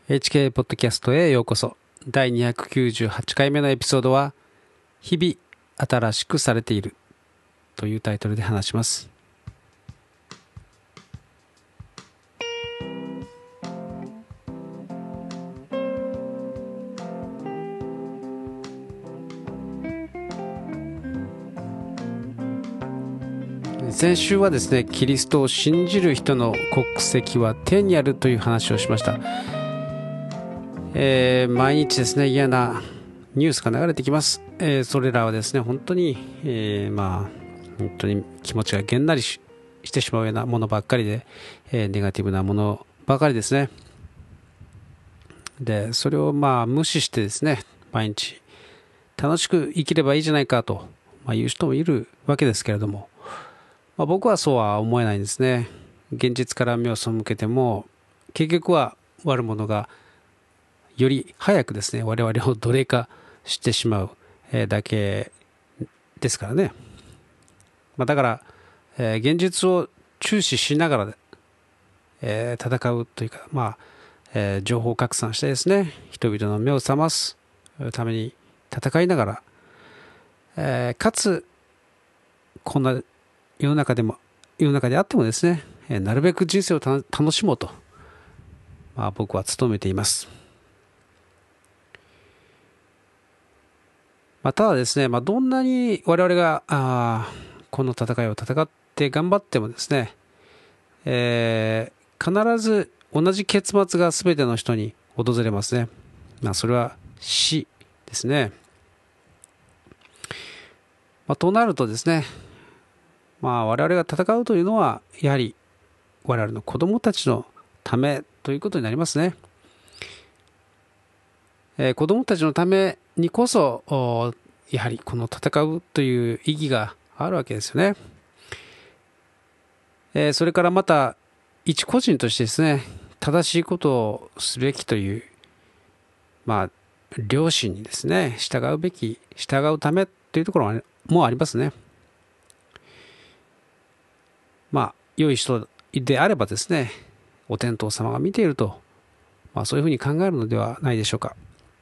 HK ポッドキャストへようこそ。第298回目のエピソードは、日々新しくされているというタイトルで話します。先週はですね、キリストを信じる人の国籍は天にあるという話をしました。毎日ですね、嫌なニュースが流れてきます。それらはですね、本当に、本当に気持ちがげんなりしてしまうようなものばっかりで、ネガティブなものばかりですね。で、それを無視してですね、毎日楽しく生きればいいじゃないかと、いう人もいるわけですけれども、僕はそうは思えないんですね。現実から目を背けても結局は悪者がより早くですね、我々を奴隷化してしまうだけですからね。だから、現実を注視しながら、戦うというか、情報拡散してですね、人々の目を覚ますために戦いながら、かつこんな世の中であってもですね、なるべく人生を楽しもうと、僕は努めています。ただですね、どんなに我々がこの戦いを戦って頑張ってもですね、必ず同じ結末が全ての人に訪れますね。それは死ですね。となるとですね、我々が戦うというのはやはり我々の子供たちのためということになりますね。子供たちのためにこそやはりこの戦うという意義があるわけですよね。それからまた一個人としてですね、正しいことをすべきという良心にですね、従うためというところもありますね。良い人であればですね、お天道様が見ていると、そういうふうに考えるのではないでしょうか。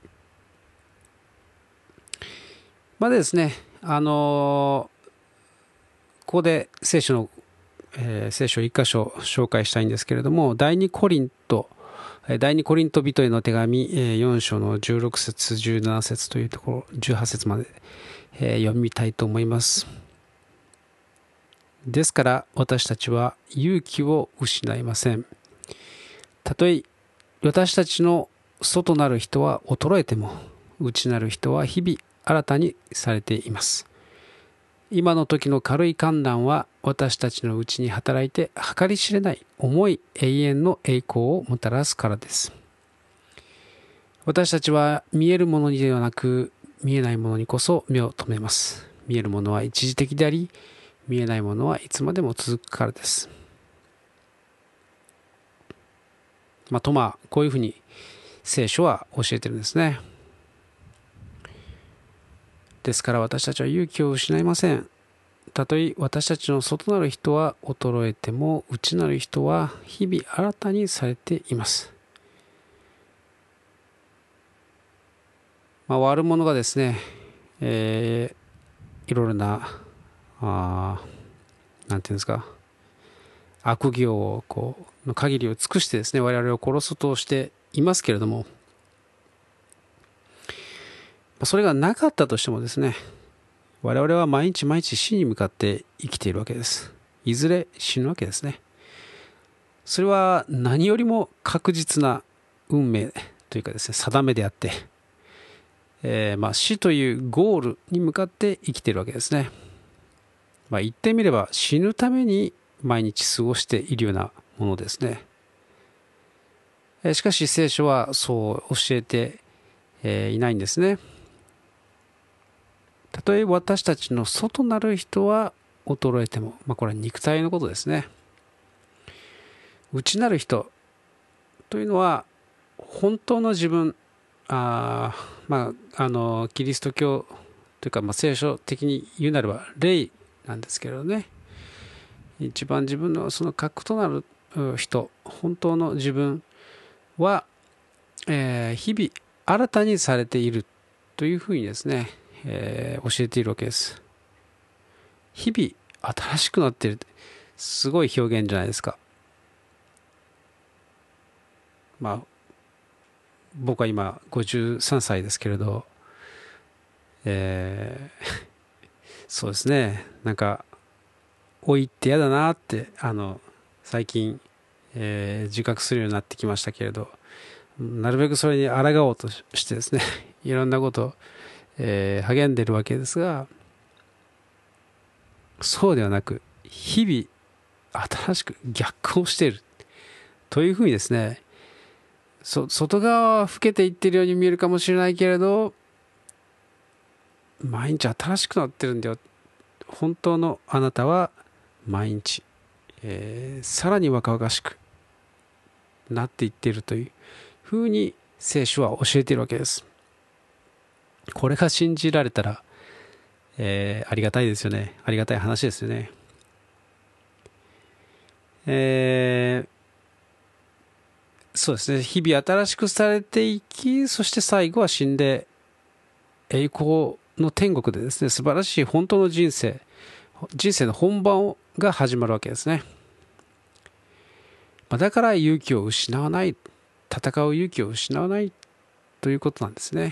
ですね、ここで聖書一箇所紹介したいんですけれども、第二コリント人への手紙4章の16節17節というところ、18節まで読みたいと思います。ですから私たちは勇気を失いません。たとえ私たちの外なる人は衰えても、内なる人は日々新たにされています。今の時の軽い寒暖は私たちのうちに働いて計り知れない重い永遠の栄光をもたらすからです。私たちは見えるものにではなく見えないものにこそ目を留めます。見えるものは一時的であり、見えないものはいつまでも続くからです。こういうふうに聖書は教えてるんですね。ですから私たちは勇気を失いません。たとえ私たちの外なる人は衰えても、内なる人は日々新たにされています。悪者がですね、いろいろななんていうんですか、悪行をの限りを尽くしてですね、我々を殺そうとしていますけれども、それがなかったとしてもですね、我々は毎日毎日死に向かって生きているわけです。いずれ死ぬわけですね。それは何よりも確実な運命というかですね、定めであって、死というゴールに向かって生きているわけですね。言ってみれば死ぬために毎日過ごしているようなものですね。しかし聖書はそう教えていないんですね。たとえ私たちの外なる人は衰えても、これは肉体のことですね。内なる人というのは本当の自分、キリスト教というか、聖書的に言うなれば霊なんですけれどね、一番自分のその核となる人、本当の自分は日々新たにされているというふうにですね、教えているわけです。日々新しくなっている。すごい表現じゃないですか。まあ、僕は今53歳ですけれど、そうですね、なんか老いって嫌だなって、最近、自覚するようになってきましたけれど、なるべくそれに抗おうとしてですね、いろんなことを、励んでるわけですが、そうではなく、日々新しく逆行しているというふうにですね、外側は老けていってるように見えるかもしれないけれど、毎日新しくなってるんだよ。本当のあなたは毎日、さらに若々しくなっていっているというふうに聖書は教えているわけです。これが信じられたら、ありがたいですよね。ありがたい話ですよね。そうですね。日々新しくされていき、そして最後は死んで栄光の天国でですね、素晴らしい本当の人生の本番が始まるわけですね。だから勇気を失わない、戦う勇気を失わないということなんですね。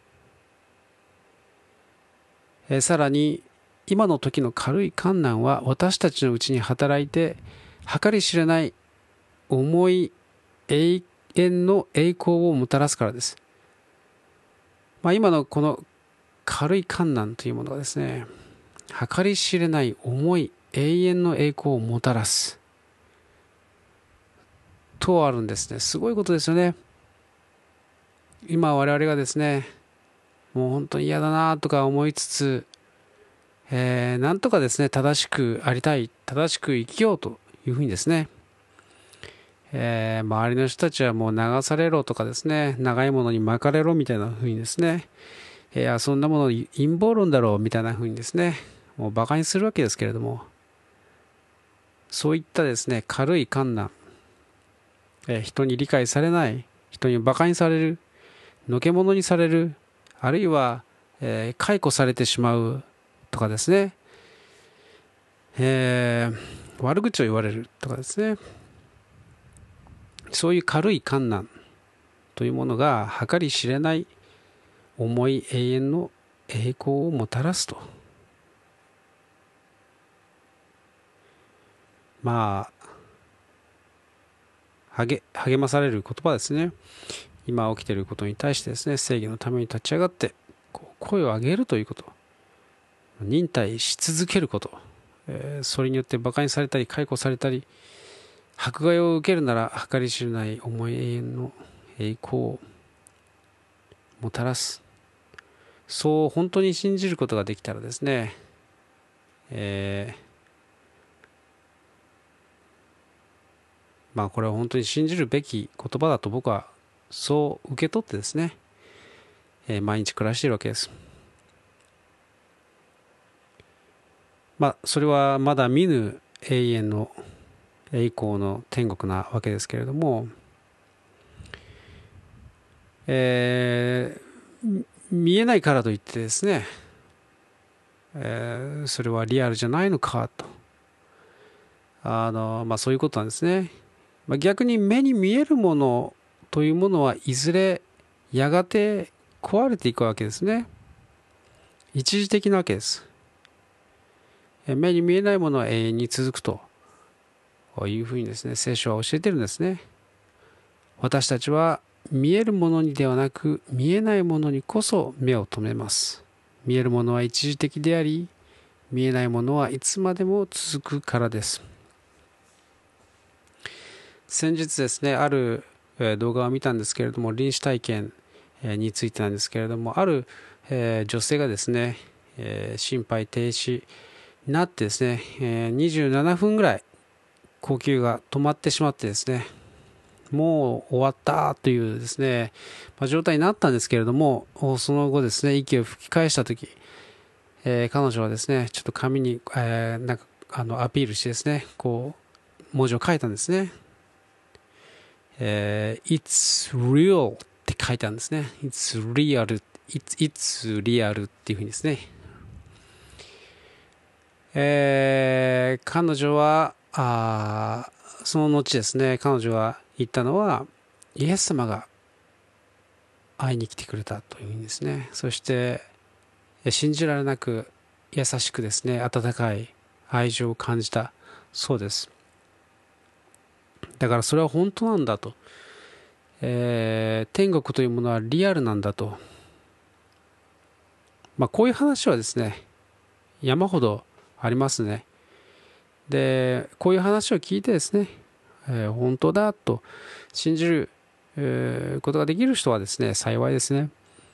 さらに今の時の軽い困難は私たちのうちに働いて計り知れない重い永遠の栄光をもたらすからです。今のこの軽い困難というものがですね、計り知れない重い永遠の栄光をもたらすとあるんですね。すごいことですよね。今我々がですね、もう本当に嫌だなとか思いつつ、なんとかですね、正しくありたい、正しく生きようというふうにですね、周りの人たちはもう流されろとかですね、長いものに巻かれろみたいなふうにですね、そんなもの陰謀論だろうみたいなふうにですね、もう馬鹿にするわけですけれども、そういったですね、軽い困難、人に理解されない、人に馬鹿にされる、のけ者にされる、あるいは、解雇されてしまうとかですね、悪口を言われるとかですね、そういう軽い困難というものが計り知れない重い永遠の栄光をもたらすと。励まされる言葉ですね。今起きていることに対してですね、正義のために立ち上がって声を上げるということ、忍耐し続けること、それによって馬鹿にされたり解雇されたり迫害を受けるなら計り知れない重い永遠の栄光をもたらす、そう本当に信じることができたらですね、これは本当に信じるべき言葉だと僕はそう受け取ってですね、毎日暮らしているわけです。それはまだ見ぬ永遠の栄光の天国なわけですけれども、見えないからといってですね、それはリアルじゃないのかと、そういうことなんですね。逆に目に見えるものというものはいずれやがて壊れていくわけですね。一時的なわけです。目に見えないものは永遠に続くというふうにですね、聖書は教えてるんですね。私たちは見えるものにではなく見えないものにこそ目を留めます。見えるものは一時的であり、見えないものはいつまでも続くからです。先日ですね、ある動画を見たんですけれども、臨死体験についてなんですけれども、ある女性がですね、心肺停止になってですね、27分ぐらい呼吸が止まってしまってですね、もう終わったというですね、状態になったんですけれども、その後ですね、息を吹き返した時、彼女はですね、ちょっと紙に、なんかアピールしてですね、こう文字を書いたんですね。It's real って書いてあるんですね。It's real, it's real っていうふうにですね。彼女はその後ですね、彼女が言ったのは、イエス様が会いに来てくれたというふうにですね。そして信じられなく優しくですね、温かい愛情を感じたそうです。だからそれは本当なんだと、天国というものはリアルなんだと、こういう話はですね、山ほどありますね。で、こういう話を聞いてですね、本当だと信じる、ことができる人はですね、幸いですね。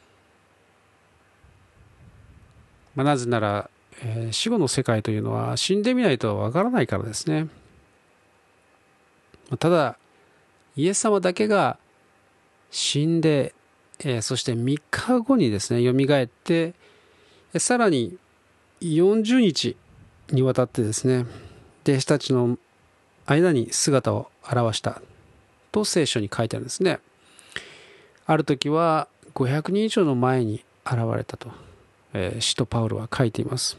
なぜなら、死後の世界というのは死んでみないとわからないからですね。ただイエス様だけが死んで、そして3日後にですねよみがえって、さらに40日にわたってですね弟子たちの間に姿を現したと聖書に書いてあるんですね。ある時は500人以上の前に現れたと、使徒パウロは書いています。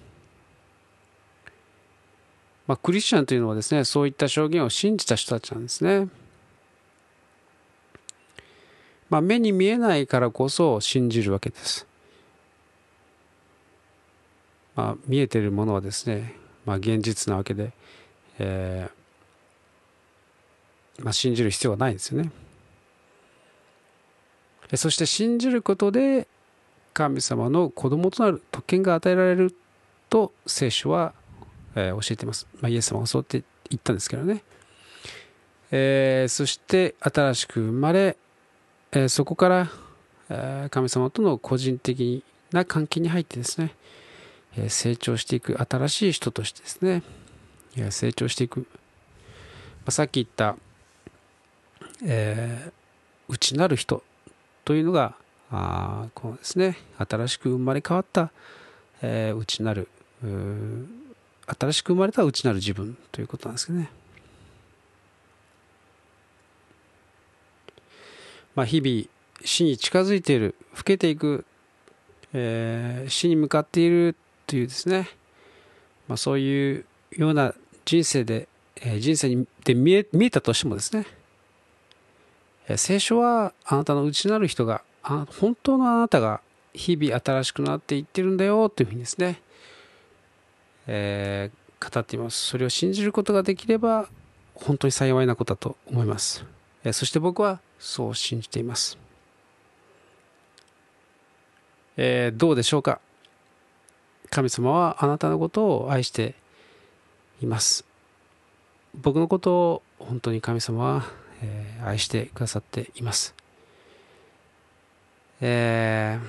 クリスチャンというのはですね、そういった証言を信じた人たちなんですね。目に見えないからこそ信じるわけです。見えているものはですね、現実なわけで、信じる必要はないですよね。そして信じることで神様の子供となる特権が与えられると聖書は、教えています。イエス様がそうって言ったんですけどね。そして新しく生まれ、そこから、神様との個人的な関係に入ってですね、成長していく新しい人としてですね、成長していく、さっき言った、内なる人というのがこうですね、新しく生まれ変わった、内なる新しく生まれた内なる自分ということなんですけどね。日々死に近づいている、老けていく、死に向かっているというですね、そういうような人生で、人生で見えたとしてもですね、聖書はあなたの内なる人が、本当のあなたが日々新しくなっていってるんだよというふうにですね、語っています。それを信じることができれば本当に幸いなことだと思います。そして僕はそう信じています。どうでしょうか。神様はあなたのことを愛しています。僕のことを本当に神様は、愛してくださっています。先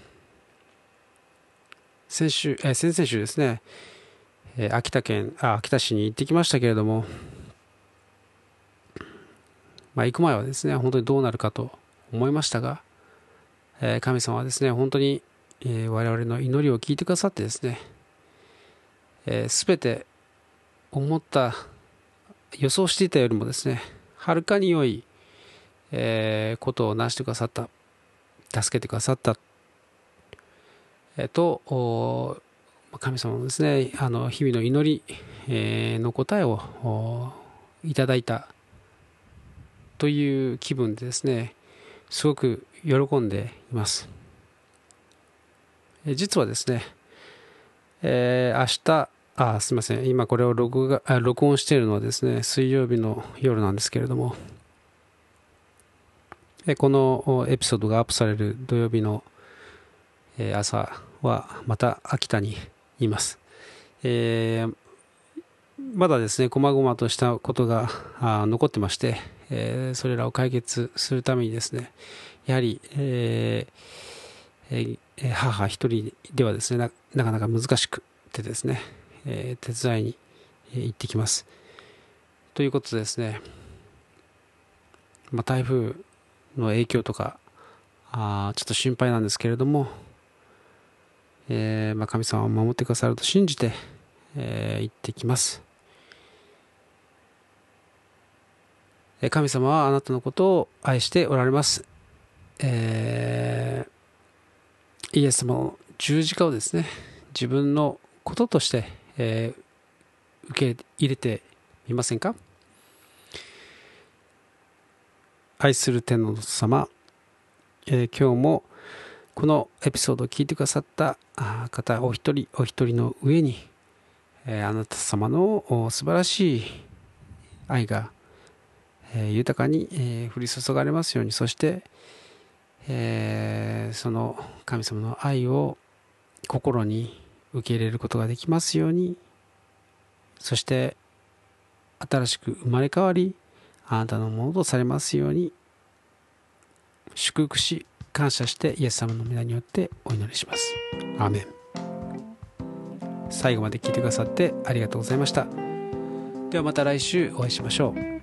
々週ですね、秋田市に行ってきましたけれども、行く前はですね本当にどうなるかと思いましたが、神様はですね本当に、我々の祈りを聞いてくださってですね、すべて予想していたよりもですねはるかに良い、ことをなしてくださった、助けてくださった、と神様のですね日々の祈り、の答えをいただいたという気分でですねすごく喜んでいます。実はですね、明日すみません、今これを録音しているのはですね水曜日の夜なんですけれども、このエピソードがアップされる土曜日の朝はまた秋田にいます。まだですね細々としたことが残ってまして、それらを解決するためにですねやはり、母一人ではですねなかなか難しくてですね、手伝いに行ってきますということでですね、台風の影響とかちょっと心配なんですけれども、神様を守ってくださると信じて、行ってきます。神様はあなたのことを愛しておられます。 イエス様の十字架をですね、自分のこととして、受け入れてみませんか。愛する天皇様、今日もこのエピソードを聞いてくださった方お一人お一人の上に、あなた様の素晴らしい愛が、豊かに、降り注がれますように、そして、その神様の愛を心に受け入れることができますように、そして新しく生まれ変わり、あなたのものとされますように祝福し感謝してイエス様の皆によってお祈りします。アーメン。最後まで聞いてくださってありがとうございました。ではまた来週お会いしましょう。